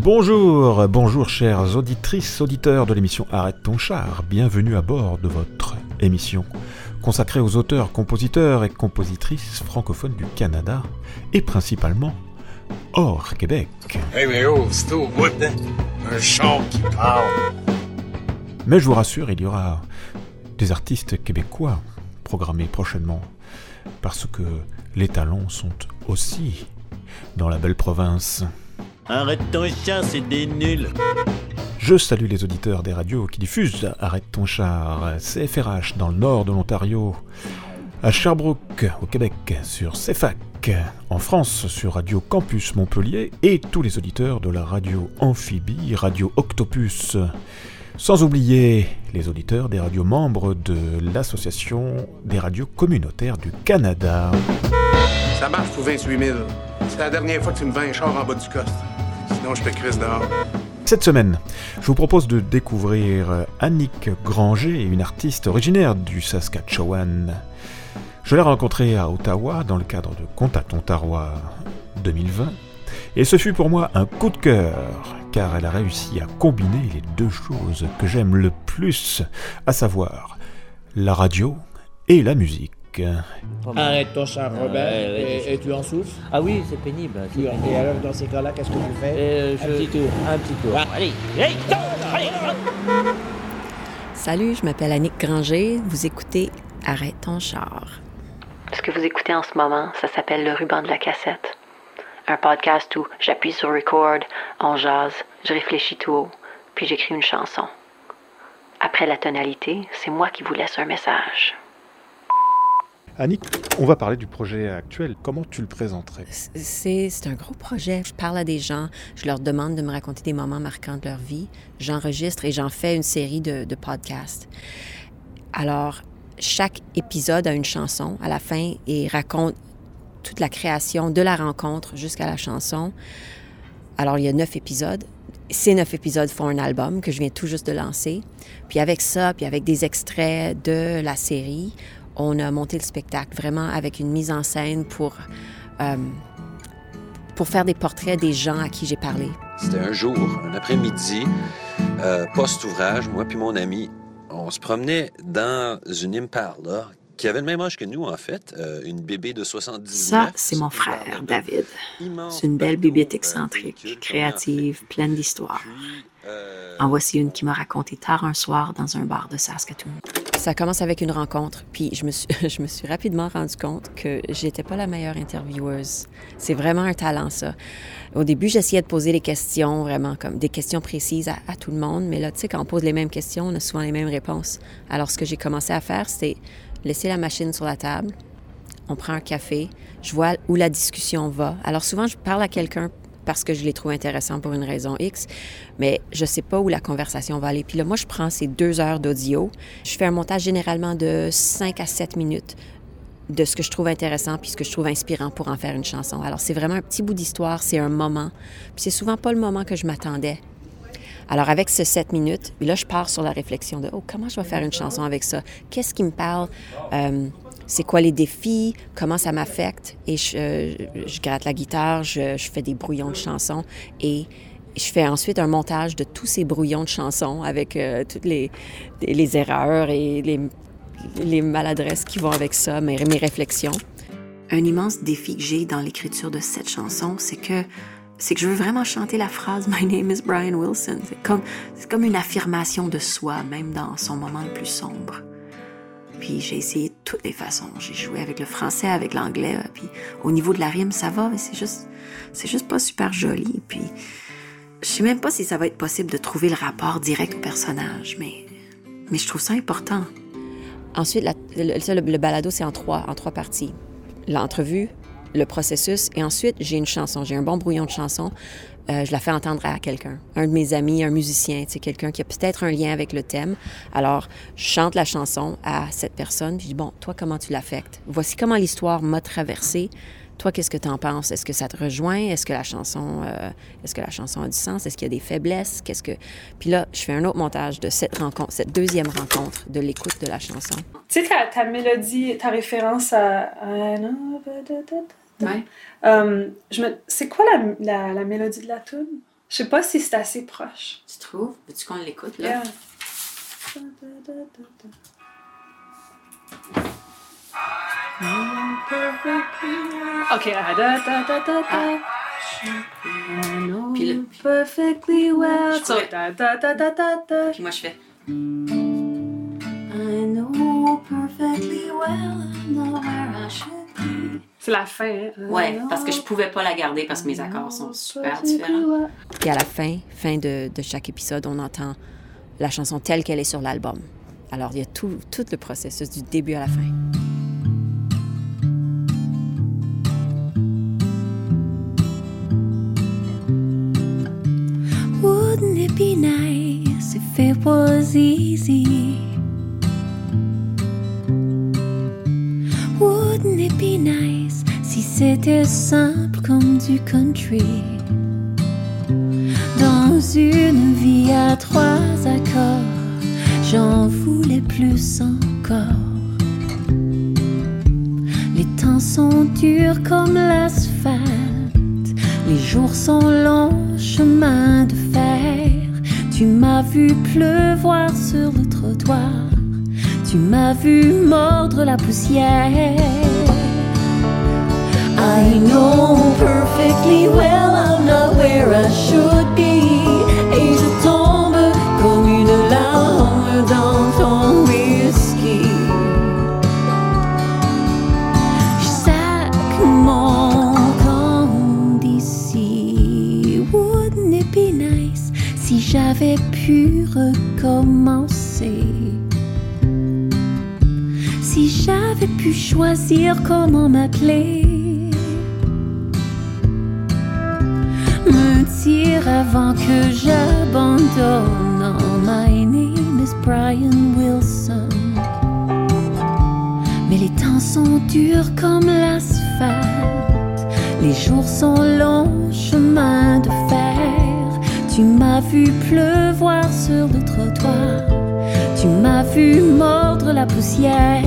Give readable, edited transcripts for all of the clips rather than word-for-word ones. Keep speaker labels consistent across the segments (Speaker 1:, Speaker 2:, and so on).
Speaker 1: Bonjour chères auditrices, auditeurs de l'émission Arrête ton char, bienvenue à bord de votre émission consacrée aux auteurs, compositeurs et compositrices francophones du Canada et principalement hors Québec.
Speaker 2: Hey mais oh, c'est au bout, hein? Un chant qui parle.
Speaker 1: Mais je vous rassure, il y aura des artistes québécois programmés prochainement parce que les talents sont aussi dans la belle province.
Speaker 3: Arrête ton char, c'est des nuls.
Speaker 1: Je salue les auditeurs des radios qui diffusent Arrête ton char, CFRH dans le nord de l'Ontario, à Sherbrooke au Québec sur CFAC, en France sur Radio Campus Montpellier et tous les auditeurs de la radio Amphibie, Radio Octopus. Sans oublier les auditeurs des radios membres de l'Association des radios communautaires du Canada.
Speaker 2: Ça marche pour 28 000. C'est la dernière fois que tu me vends un char en bas du coste. Sinon, je te crisse dehors.
Speaker 1: Cette semaine, je vous propose de découvrir Annick Granger, une artiste originaire du Saskatchewan. Je l'ai rencontrée à Ottawa dans le cadre de Contact Ontarois 2020, et ce fut pour moi un coup de cœur, car elle a réussi à combiner les deux choses que j'aime le plus, à savoir la radio et la musique.
Speaker 4: Arrête ton char, Robert, et tu en souffres?
Speaker 3: Ah oui, c'est pénible.
Speaker 4: Et alors, dans ces cas-là, qu'est-ce que tu fais? Un petit tour.
Speaker 3: Un petit tour.
Speaker 4: Ah.
Speaker 3: Allez.
Speaker 5: Salut, je m'appelle Annick Granger. Vous écoutez Arrête ton char.
Speaker 6: Ce que vous écoutez en ce moment, ça s'appelle Le ruban de la cassette. Un podcast où j'appuie sur record, on jase, je réfléchis tout haut, puis j'écris une chanson. Après la tonalité, c'est moi qui vous laisse un message.
Speaker 1: Annick, on va parler du projet actuel. Comment tu le présenterais?
Speaker 5: C'est un gros projet. Je parle à des gens, je leur demande de me raconter des moments marquants de leur vie. J'enregistre et j'en fais une série de podcasts. Alors, chaque épisode a une chanson à la fin et raconte toute la création de la rencontre jusqu'à la chanson. Alors, il y a 9 épisodes. Ces 9 épisodes font un album que je viens tout juste de lancer. Puis avec ça, puis avec des extraits de la série, on a monté le spectacle vraiment avec une mise en scène pour faire des portraits des gens à qui j'ai parlé.
Speaker 7: C'était un jour, un après-midi, post-ouvrage, moi puis mon ami, on se promenait dans une Impala qui avait le même âge que nous, en fait, une bébé de 79.
Speaker 5: Ça, c'est mon frère, David. C'est une belle bébête excentrique, créative, pleine d'histoires. En voici une qui m'a raconté tard un soir dans un bar de Saskatoon. Ça commence avec une rencontre, puis je me suis rapidement rendu compte que j'étais pas la meilleure intervieweuse. C'est vraiment un talent, ça. Au début, j'essayais de poser des questions, vraiment comme des questions précises à tout le monde, mais là, tu sais, quand on pose les mêmes questions, on a souvent les mêmes réponses. Alors, ce que j'ai commencé à faire, c'est laisser la machine sur la table, on prend un café, je vois où la discussion va. Alors, souvent, je parle à quelqu'un parce que je les trouve intéressants pour une raison X, mais je sais pas où la conversation va aller. Puis là, moi, je prends ces 2 heures d'audio. Je fais un montage généralement de 5 à 7 minutes de ce que je trouve intéressant puis ce que je trouve inspirant pour en faire une chanson. Alors, c'est vraiment un petit bout d'histoire, c'est un moment. Puis c'est souvent pas le moment que je m'attendais. Alors, avec ce 7 minutes, là, je pars sur la réflexion de « Oh, comment je vais faire une chanson avec ça? Qu'est-ce qui me parle? C'est quoi les défis? Comment ça m'affecte? » Et je gratte la guitare, je fais des brouillons de chansons et je fais ensuite un montage de tous ces brouillons de chansons avec toutes les erreurs et les maladresses qui vont avec ça, mes réflexions. Un immense défi que j'ai dans l'écriture de cette chanson, c'est que je veux vraiment chanter la phrase « My name is Brian Wilson ». C'est comme une affirmation de soi, même dans son moment le plus sombre. Puis j'ai essayé de toutes les façons. J'ai joué avec le français, avec l'anglais. Puis au niveau de la rime, ça va, mais c'est juste pas super joli. Puis je sais même pas si ça va être possible de trouver le rapport direct au personnage, mais je trouve ça important. Ensuite, le balado, c'est en trois parties. L'entrevue, le processus, et ensuite, j'ai une chanson. J'ai un bon brouillon de chanson. Je la fais entendre à quelqu'un, un de mes amis, un musicien, quelqu'un qui a peut-être un lien avec le thème. Alors, je chante la chanson à cette personne, puis je dis, bon, toi, comment tu l'affectes? Voici comment l'histoire m'a traversée. Toi, qu'est-ce que tu en penses? Est-ce que ça te rejoint? Est-ce que la chanson a du sens? Est-ce qu'il y a des faiblesses? Puis là, je fais un autre montage de cette deuxième rencontre, de l'écoute de la chanson.
Speaker 8: Tu sais, ta mélodie, ta référence à...
Speaker 5: Ouais.
Speaker 8: C'est quoi la mélodie de la tune? Je sais pas si c'est assez proche.
Speaker 5: Tu trouves? Veux-tu qu'on l'écoute, là?
Speaker 8: Yeah. OK.
Speaker 5: Puis là,
Speaker 8: Perfectly well.
Speaker 5: Je pourrais- Puis moi, je fais... I know perfectly well, I know where I should be.
Speaker 8: C'est la fin, hein?
Speaker 5: Ouais, parce que je pouvais pas la garder parce que mes accords sont super différents. Puis à la fin de chaque épisode, on entend la chanson telle qu'elle est sur l'album. Alors, il y a tout le processus du début à la fin. Wouldn't it be nice if it was easy? Wouldn't it be nice si c'était simple comme du country? Dans une vie à 3 accords, j'en voulais plus encore. Les temps sont durs comme l'asphalte, les jours sont longs, chemin de fer. Tu m'as vu pleuvoir sur le trottoir, tu m'as vu mordre la poussière. I know perfectly well I'm not where I should be. Et je tombe comme une larme dans ton whisky. Je sac mon camp d'ici. Wouldn't it be nice si j'avais pu recommencer? Si j'avais pu choisir comment m'appeler, me dire avant que j'abandonne. Oh, my name is Brian Wilson. Mais les temps sont durs comme l'asphalte, les jours sont longs, chemin de fer. Tu m'as vu pleuvoir sur le trottoir, tu m'as vu mordre la poussière.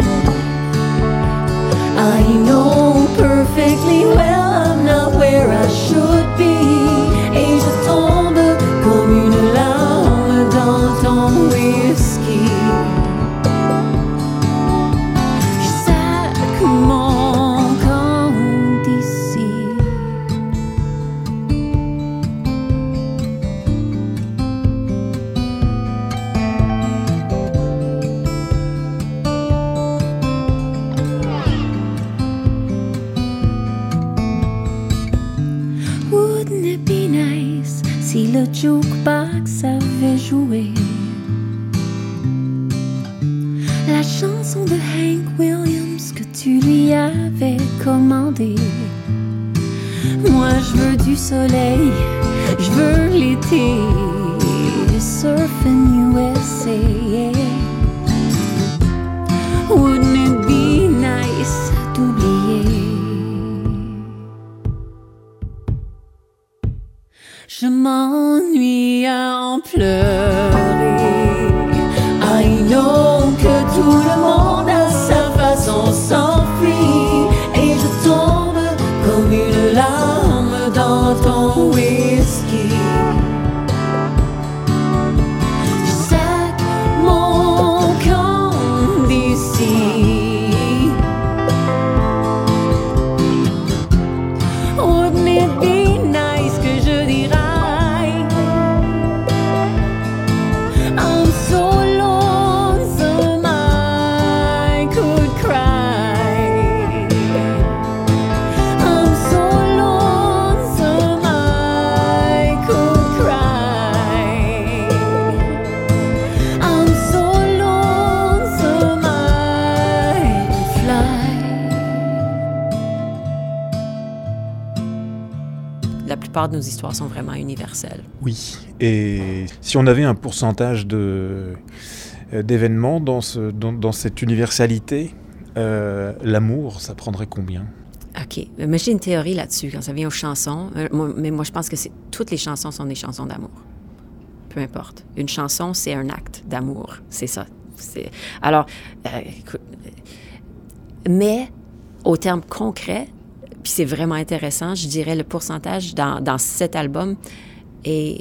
Speaker 5: I know perfectly well I'm not where I should be. Et je tombe comme une larme dans ton whisky. Je sac mon camp d'ici. Wouldn't it be nice si le jukebox avait joué la chanson de Hank Williams que tu lui avais commandée? Moi je veux du soleil, je veux l'été, surf in USA. Wouldn't it be nice d'oublier? Je m'ennuie à en pleurer. I know que tout le monde a sa façon s'enfuir. Et je tombe comme une larme dans ton whisky. Je sac mon camp d'ici. Wouldn't it be nice que je dirais I'm so lonesome I could cry. I'm so lonesome I could cry. I'm so lonesome I could fly. La plupart de nos histoires sont vraiment universelles.
Speaker 1: Oui, et si on avait un pourcentage d'événements dans cette universalité, l'amour, ça prendrait combien?
Speaker 5: OK. Mais j'ai une théorie là-dessus quand ça vient aux chansons. Mais moi, je pense que toutes les chansons sont des chansons d'amour. Peu importe. Une chanson, c'est un acte d'amour. C'est ça. Alors, écoute, mais au terme concret, puis c'est vraiment intéressant, je dirais le pourcentage dans cet album Et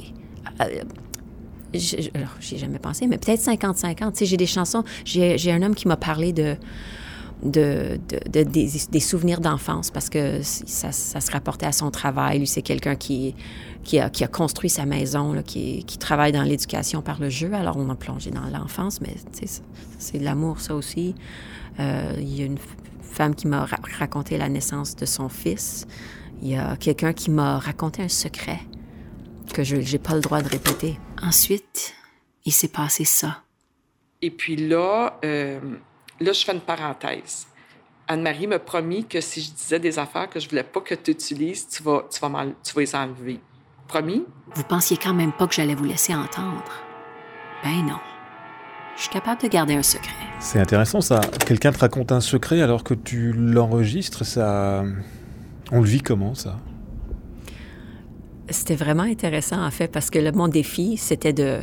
Speaker 5: alors, j'y ai jamais pensé, mais peut-être 50-50. Tu sais, j'ai des chansons, j'ai un homme qui m'a parlé des souvenirs d'enfance parce que ça se rapportait à son travail. Lui, c'est quelqu'un qui a construit sa maison, là, qui travaille dans l'éducation par le jeu. Alors, on a plongé dans l'enfance, mais tu sais, c'est de l'amour, ça aussi. Il y a une femme qui m'a raconté la naissance de son fils. Il y a quelqu'un qui m'a raconté un secret que je n'ai pas le droit de répéter. Ensuite, il s'est passé ça.
Speaker 9: Et puis là, je fais une parenthèse. Anne-Marie m'a promis que si je disais des affaires que je voulais pas que tu utilises, tu vas les enlever. Promis?
Speaker 5: Vous pensiez quand même pas que j'allais vous laisser entendre? Ben non. Je suis capable de garder un secret.
Speaker 1: C'est intéressant, ça. Quelqu'un te raconte un secret alors que tu l'enregistres, ça... On le vit comment, ça?
Speaker 5: C'était vraiment intéressant, en fait, parce que mon défi, c'était de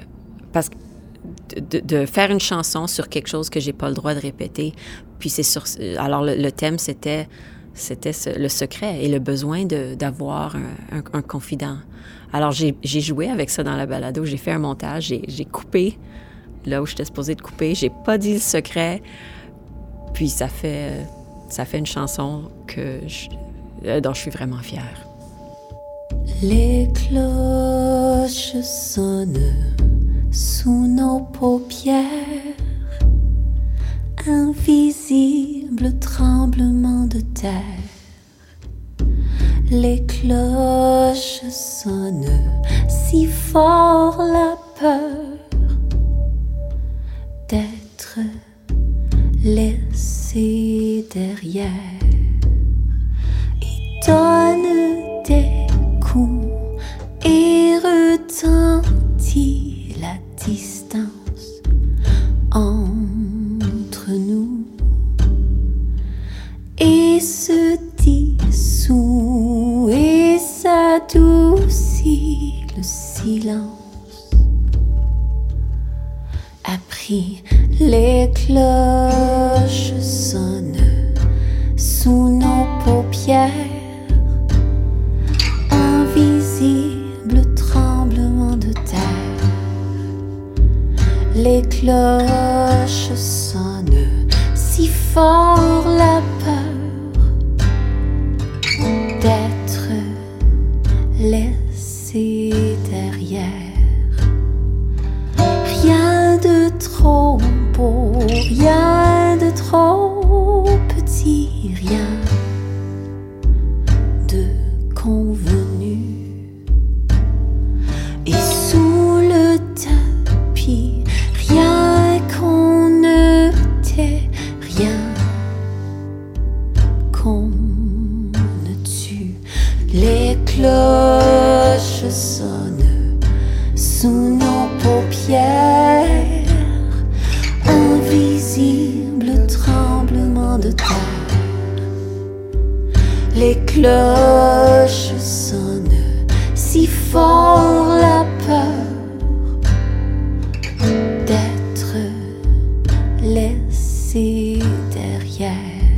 Speaker 5: faire une chanson sur quelque chose que j'ai pas le droit de répéter. Puis alors, le thème, c'était le secret et le besoin d'avoir un confident. Alors, j'ai joué avec ça dans la balado. J'ai fait un montage, j'ai coupé là où j'étais supposée de couper. J'ai pas dit le secret. Puis ça fait une chanson dont je suis vraiment fière.
Speaker 10: Les cloches sonnent sous nos paupières, invisible tremblement de terre. Les cloches sonnent si fort la peur d'être laissé derrière et donne des coups et retentit la distance entre nous et se dissout et s'adoucit le silence. Appris, les cloches sonnent sous nos paupières, invisible tremblement de terre. Les cloches sonnent si fort la peur d'être laissé derrière. Rien de trop beau, rien de trop petit, rien de convenu. Et sous le tapis, rien qu'on ne tait, rien qu'on ne tue. Les cloches sonnent sous nos paupières, invisible tremblement de terre. Les cloches sonnent si fort la peur d'être laissé derrière.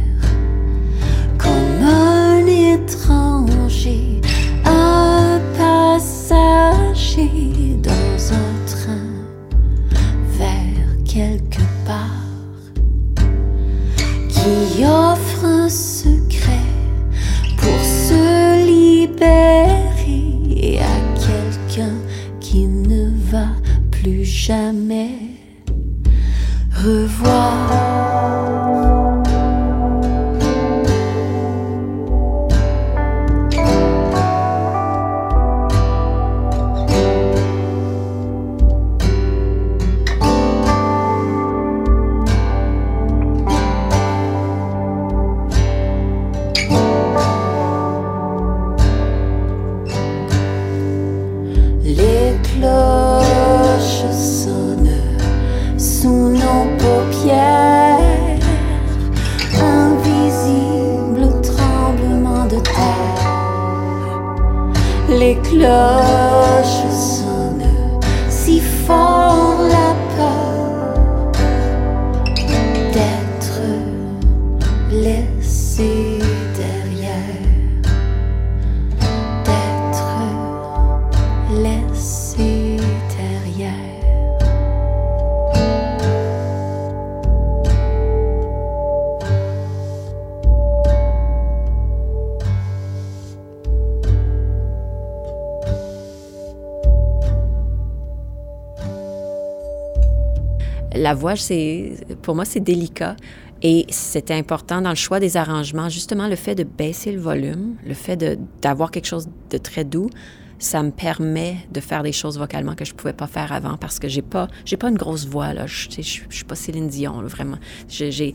Speaker 10: Comme un étranger, un passager dans un train vers quelque part qui offre un secret pour se libérer à quelqu'un qui ne va plus jamais revoir. Les cloches sonnent sous nos paupières, invisible tremblement de terre. Les cloches sonnent si fort la peur d'être laissé derrière, d'être laissé
Speaker 5: la voix, pour moi, c'est délicat. Et c'était important dans le choix des arrangements, justement, le fait de baisser le volume, le fait d'avoir quelque chose de très doux, ça me permet de faire des choses vocalement que je ne pouvais pas faire avant parce que j'ai pas une grosse voix, là. Je suis pas Céline Dion, là, vraiment. J'ai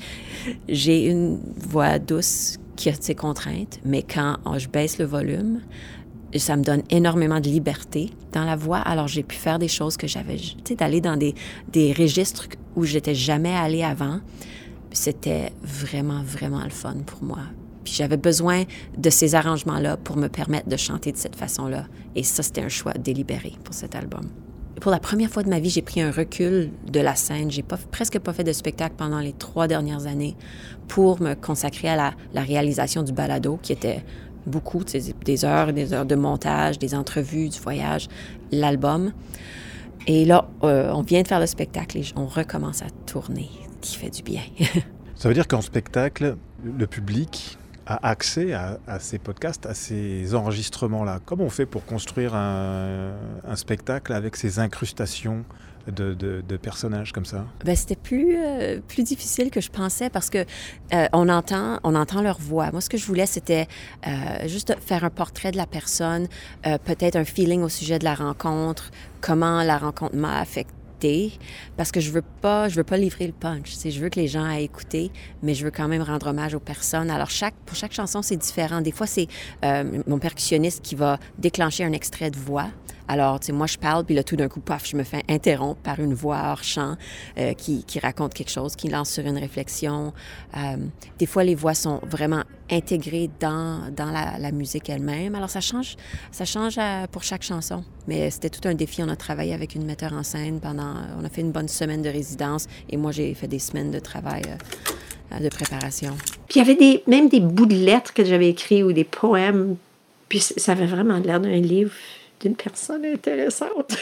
Speaker 5: une voix douce qui a ses contraintes, mais quand je baisse le volume, ça me donne énormément de liberté dans la voix. Alors, j'ai pu faire des choses que j'avais, tu sais, d'aller dans des registres où j'étais jamais allée avant. C'était vraiment, vraiment le fun pour moi. Puis j'avais besoin de ces arrangements-là pour me permettre de chanter de cette façon-là. Et ça, c'était un choix délibéré pour cet album. Pour la première fois de ma vie, j'ai pris un recul de la scène. J'ai presque pas fait de spectacle pendant les 3 dernières années pour me consacrer à la réalisation du balado, qui était beaucoup, des heures et des heures de montage, des entrevues, du voyage, l'album. Et là, on vient de faire le spectacle et on recommence à tourner, qui fait du bien.
Speaker 1: Ça veut dire qu'en spectacle, le public a accès à ces podcasts, à ces enregistrements-là. Comment on fait pour construire un spectacle avec ces incrustations de personnages comme ça?
Speaker 5: Bien, c'était plus difficile que je pensais parce que on entend leur voix. Moi, ce que je voulais, c'était juste faire un portrait de la personne, peut-être un feeling au sujet de la rencontre, comment la rencontre m'a affectée. Parce que je veux pas livrer le punch. Je veux que les gens aient écouté, mais je veux quand même rendre hommage aux personnes. Alors, pour chaque chanson, c'est différent. Des fois, c'est mon percussionniste qui va déclencher un extrait de voix. Alors, tu sais, moi, je parle, puis là, tout d'un coup, paf, je me fais interrompre par une voix hors champ qui raconte quelque chose, qui lance sur une réflexion. Des fois, les voix sont vraiment intégrées dans la musique elle-même. Alors, ça change pour chaque chanson. Mais c'était tout un défi. On a travaillé avec une metteur en scène on a fait une bonne semaine de résidence et moi, j'ai fait des semaines de travail de préparation.
Speaker 11: Puis il y avait même des bouts de lettres que j'avais écrits ou des poèmes. Puis ça avait vraiment l'air d'un livre d'une personne intéressante.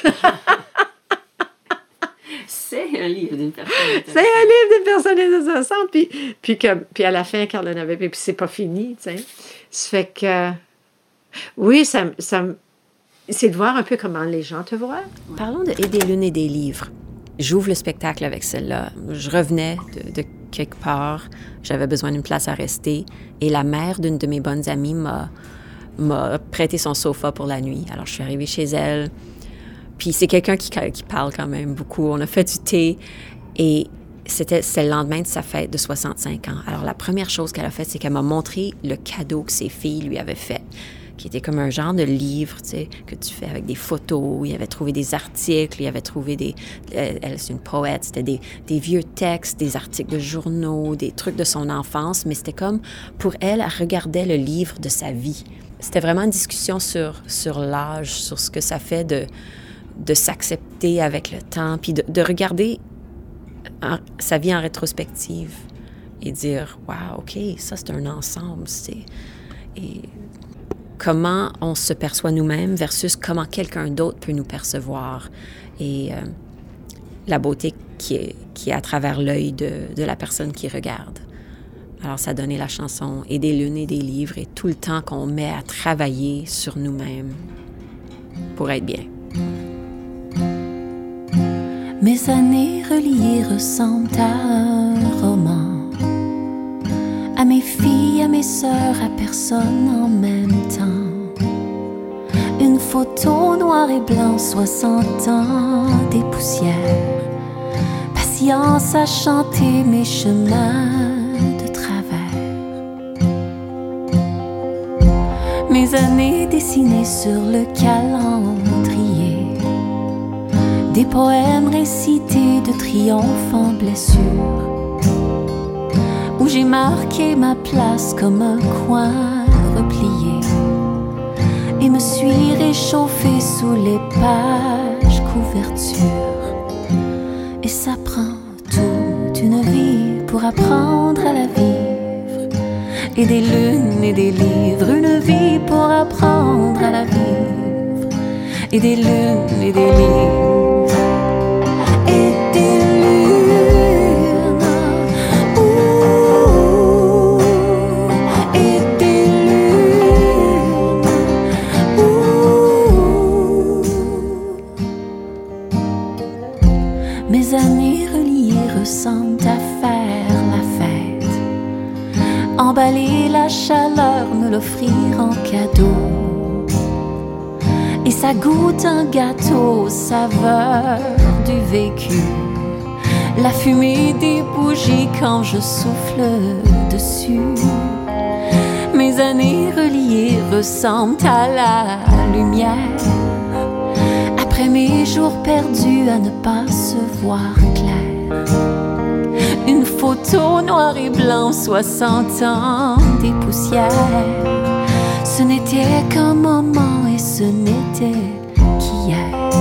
Speaker 5: C'est un livre d'une personne intéressante.
Speaker 11: C'est un livre d'une personne intéressante. Puis à la fin, Carl en avait... Puis c'est pas fini, tu sais. Ça fait que... Oui, ça c'est de voir un peu comment les gens te voient.
Speaker 5: Parlons de « Et des lunes et des livres ». J'ouvre le spectacle avec celle-là. Je revenais de quelque part. J'avais besoin d'une place à rester. Et la mère d'une de mes bonnes amies m'a prêté son sofa pour la nuit. Alors, je suis arrivée chez elle. Puis c'est quelqu'un qui parle quand même beaucoup. On a fait du thé. Et c'était le lendemain de sa fête de 65 ans. Alors, la première chose qu'elle a faite, c'est qu'elle m'a montré le cadeau que ses filles lui avaient fait, qui était comme un genre de livre, tu sais, que tu fais avec des photos. Il avait trouvé des articles, il avait trouvé elle, c'est une poète, c'était des vieux textes, des articles de journaux, des trucs de son enfance, mais c'était comme, pour elle, elle regardait le livre de sa vie. C'était vraiment une discussion sur l'âge, sur ce que ça fait de s'accepter avec le temps, puis de regarder sa vie en rétrospective et dire « Wow, OK, ça, c'est un ensemble. » Et comment on se perçoit nous-mêmes versus comment quelqu'un d'autre peut nous percevoir. Et la beauté qui est à travers l'œil de la personne qui regarde. Alors, ça donnait la chanson « Et des lunes et des livres » et tout le temps qu'on met à travailler sur nous-mêmes pour être bien.
Speaker 10: Mes années reliées ressemblent à un roman. À mes filles, à mes sœurs, à personne en même temps. Une photo noir et blanc, 60 ans, des poussières. Patience à chanter mes chemins de travers. Mes années dessinées sur le calendrier. Des poèmes récités de triomphe en blessure, où j'ai marqué ma place comme un coin replié, et me suis réchauffée sous les pages couverture. Et ça prend toute une vie pour apprendre à la vivre, et des lunes et des livres, une vie pour apprendre à la vivre, et des lunes et des livres. Mes années reliées sac à dos. Et ça goûte un gâteau aux saveurs du vécu. La fumée des bougies quand je souffle dessus. Mes années reliées ressemblent à la lumière. Après mes jours perdus à ne pas se voir clair. Une photo noir et blanc, 60 ans des poussières. Ce n'était qu'un moment et ce n'était qu'hier.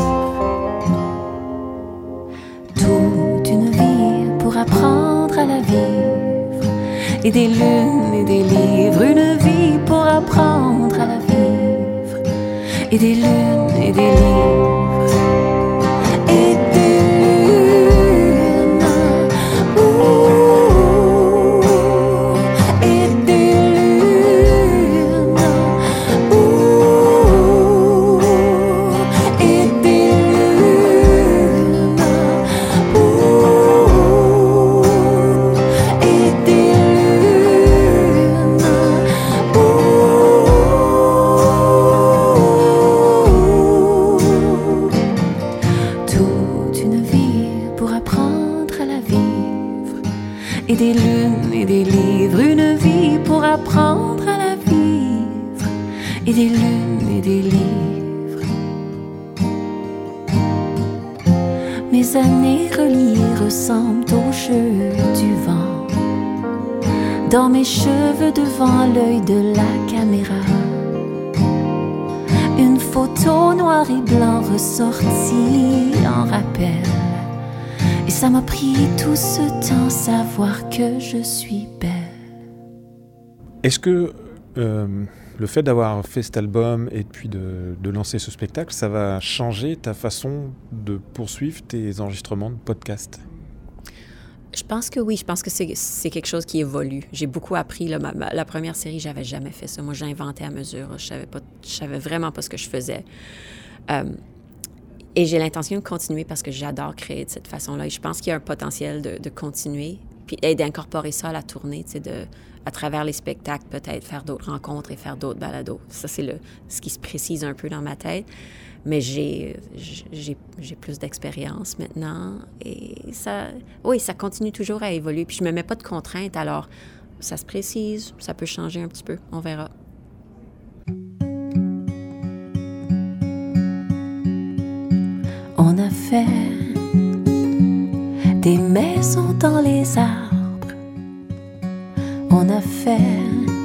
Speaker 10: Toute une vie pour apprendre à la vivre. Et des lunes et des livres, une vie pour apprendre à la vivre. Et des lunes et des livres. Et des lunes, et des lunes, et des lunes, et des lunes, toute une vie pour apprendre à la vivre. Et des lunes et des livres, une vie pour apprendre à la vivre. Et des lunes et des livres. Mes années reliées ressemblent au jeu du vent. Dans mes cheveux devant l'œil de la caméra. Une photo noir et blanc ressortie en rappel. Et ça m'a pris tout ce temps savoir que je suis belle.
Speaker 1: Est-ce que le fait d'avoir fait cet album et puis de lancer ce spectacle, ça va changer ta façon de poursuivre tes enregistrements de podcast?
Speaker 5: Je pense que oui. Je pense que c'est quelque chose qui évolue. J'ai beaucoup appris. Là, la première série, j'avais jamais fait ça. Moi, j'ai inventé à mesure. Je savais vraiment pas ce que je faisais. Et j'ai l'intention de continuer parce que j'adore créer de cette façon-là. Et je pense qu'il y a un potentiel de continuer et d'incorporer ça à la tournée, tu sais, à travers les spectacles, peut-être faire d'autres rencontres et faire d'autres balados. Ça, c'est ce qui se précise un peu dans ma tête. Mais j'ai plus d'expérience maintenant et ça continue toujours à évoluer. Puis je me mets pas de contraintes, alors ça se précise, ça peut changer un petit peu, on verra.
Speaker 10: On a fait des maisons dans les arbres. On a fait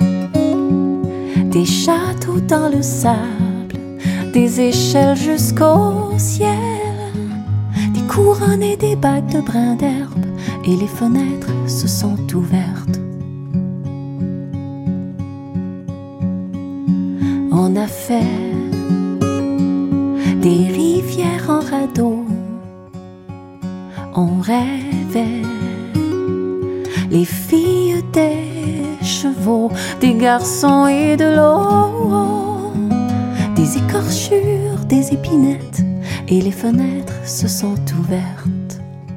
Speaker 10: des châteaux dans le sable. Des échelles jusqu'au ciel, des couronnes et des bagues de brins d'herbe, et les fenêtres se sont ouvertes. On a fait des rivières en radeau, on rêvait les filles des chevaux, des garçons et de l'eau. Des écorchures, des épinettes, et les fenêtres se sont ouvertes.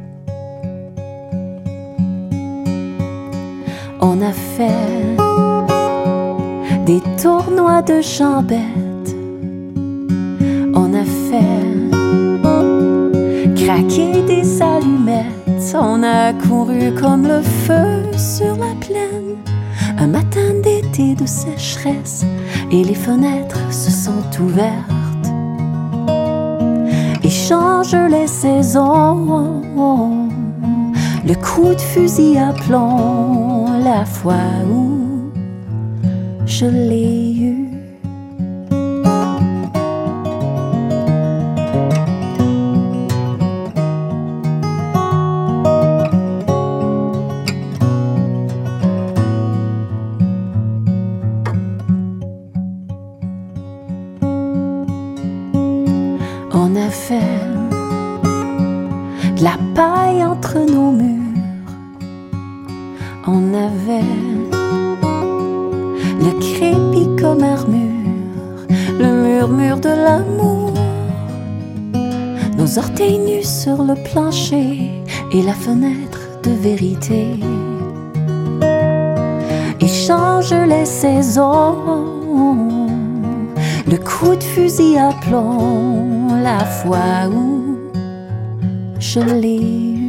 Speaker 10: On a fait des tournois de jambettes. On a fait craquer des allumettes. On a couru comme le feu sur la plaine. Un matin d'été de sécheresse, et les fenêtres se sont ouvertes. Et changent les saisons, le coup de fusil à plomb, la fois où je l'ai eu. On a fait de la paille entre nos murs. On avait le crépi comme armure, le murmure de l'amour. Nos orteils nus sur le plancher et la fenêtre de vérité. Et change les saisons, le coup de fusil à plomb, la fois où je l'ai eu.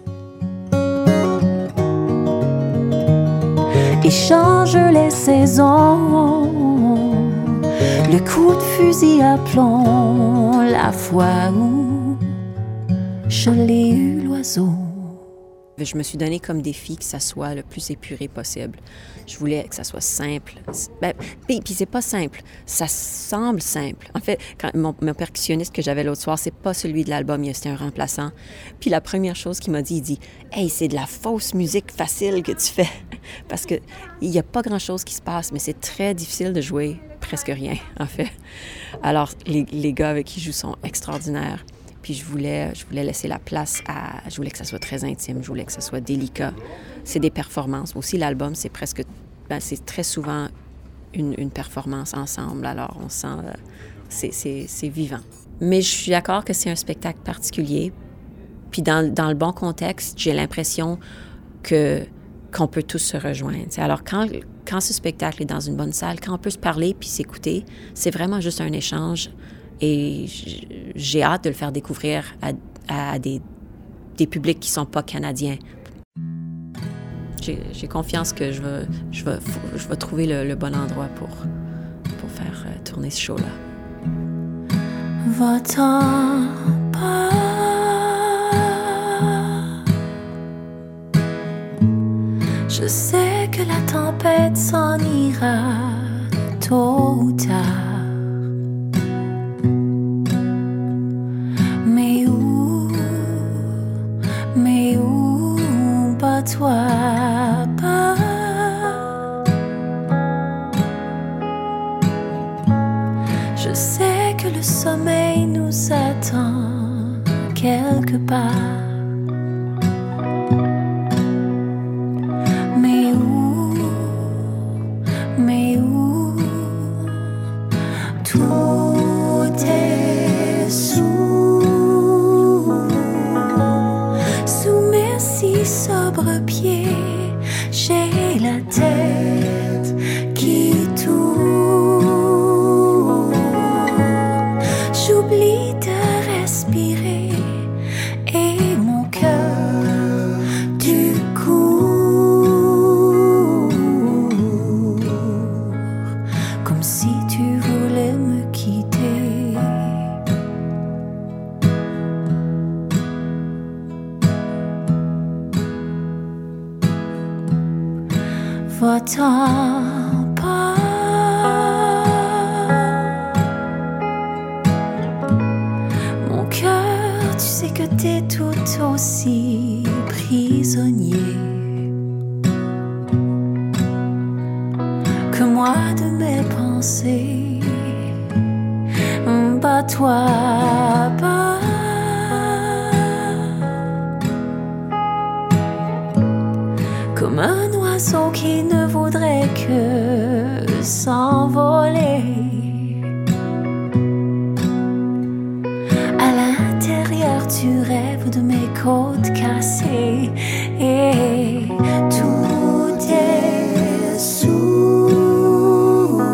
Speaker 10: Et change les saisons, le coup de fusil à plomb, la fois où je l'ai eu, l'oiseau.
Speaker 5: Je me suis donné comme défi que ça soit le plus épuré possible. Je voulais que ça soit simple. Puis c'est pas simple. Ça semble simple. En fait, quand mon percussionniste que j'avais l'autre soir, c'est pas celui de l'album, c'était un remplaçant. Puis la première chose qu'il m'a dit, il dit « Hey, c'est de la fausse musique facile que tu fais. » Parce que il y a pas grand-chose qui se passe, mais c'est très difficile de jouer presque rien, en fait. Alors, les gars avec qui je joue sont extraordinaires. Puis je voulais laisser la place à... Je voulais que ça soit très intime, je voulais que ça soit délicat. C'est des performances. Aussi, l'album, c'est presque... c'est très souvent une performance ensemble. Alors, on sent... c'est vivant. Mais je suis d'accord que c'est un spectacle particulier. Puis dans le bon contexte, j'ai l'impression qu'on peut tous se rejoindre. Alors, quand ce spectacle est dans une bonne salle, quand on peut se parler puis s'écouter, c'est vraiment juste un échange. Et j'ai hâte de le faire découvrir à des publics qui ne sont pas canadiens. J'ai confiance que je vais trouver le bon endroit pour faire tourner ce show-là.
Speaker 10: Va-t'en pas. Je sais que la tempête s'en ira tôt ou tard. Mais où, bats-toi pas. Je sais que le sommeil nous attend quelque part. Mais où, tout est sous mes si sobres pieds. J'ai la tête qui tourne. J'oublie de respirer et mon cœur du court. Comme si tu voulais me quitter. Va-t'en pas. Mon cœur, tu sais que t'es tout aussi prisonnier que moi de mes pensées. Bats-toi pas. Comme un oiseau qui ne voudrait que s'envoler. À l'intérieur tu rêves de mes côtes cassées. Et tout est sous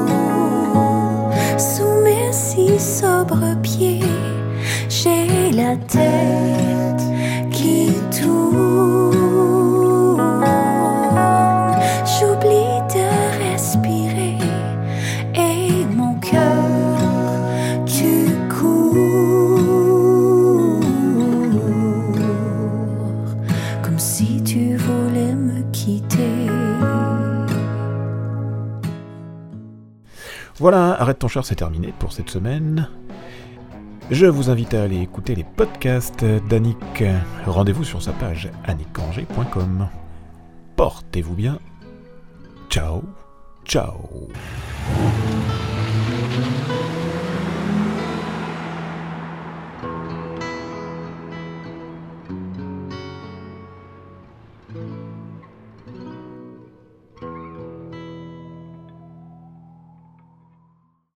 Speaker 10: mes si sobres pieds. J'ai la tête qui tourne. J'oublie de respirer et mon cœur tu cours. Comme si tu voulais me quitter.
Speaker 1: Voilà, Arrête ton char, c'est terminé pour cette semaine. Je vous invite à aller écouter les podcasts d'Annick. Rendez-vous sur sa page annickgranger.com. Portez-vous bien. Ciao, ciao.